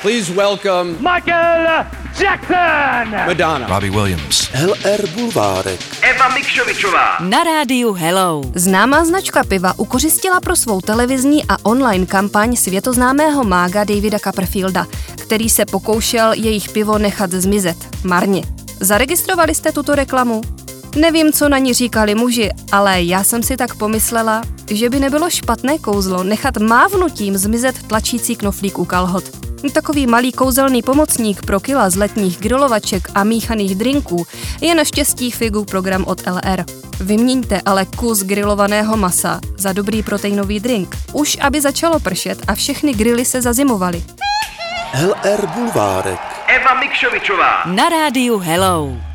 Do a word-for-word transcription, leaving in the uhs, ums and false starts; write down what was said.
Please welcome Michael Jackson, Madonna, Robbie Williams, L R Bulvárek, Eva Mikšovičová. Na rádiu Hello. Známá značka piva ukořistila pro svou televizní a online kampaň světoznámého mága Davida Copperfielda, který se pokoušel jejich pivo nechat zmizet. Marně. Zaregistrovali jste tuto reklamu? Nevím, co na ní říkali muži, ale já jsem si tak pomyslela, že by nebylo špatné kouzlo nechat mávnutím zmizet tlačící knoflík u kalhot. Takový malý kouzelný pomocník pro kila z letních grilovaček a míchaných drinků je naštěstí figu program od L R. Vyměňte ale kus grilovaného masa za dobrý proteinový drink. Už aby začalo pršet a všechny grily se zazimovaly. L R Bulvárek, Eva Mikšovičová. Na rádiu Hello.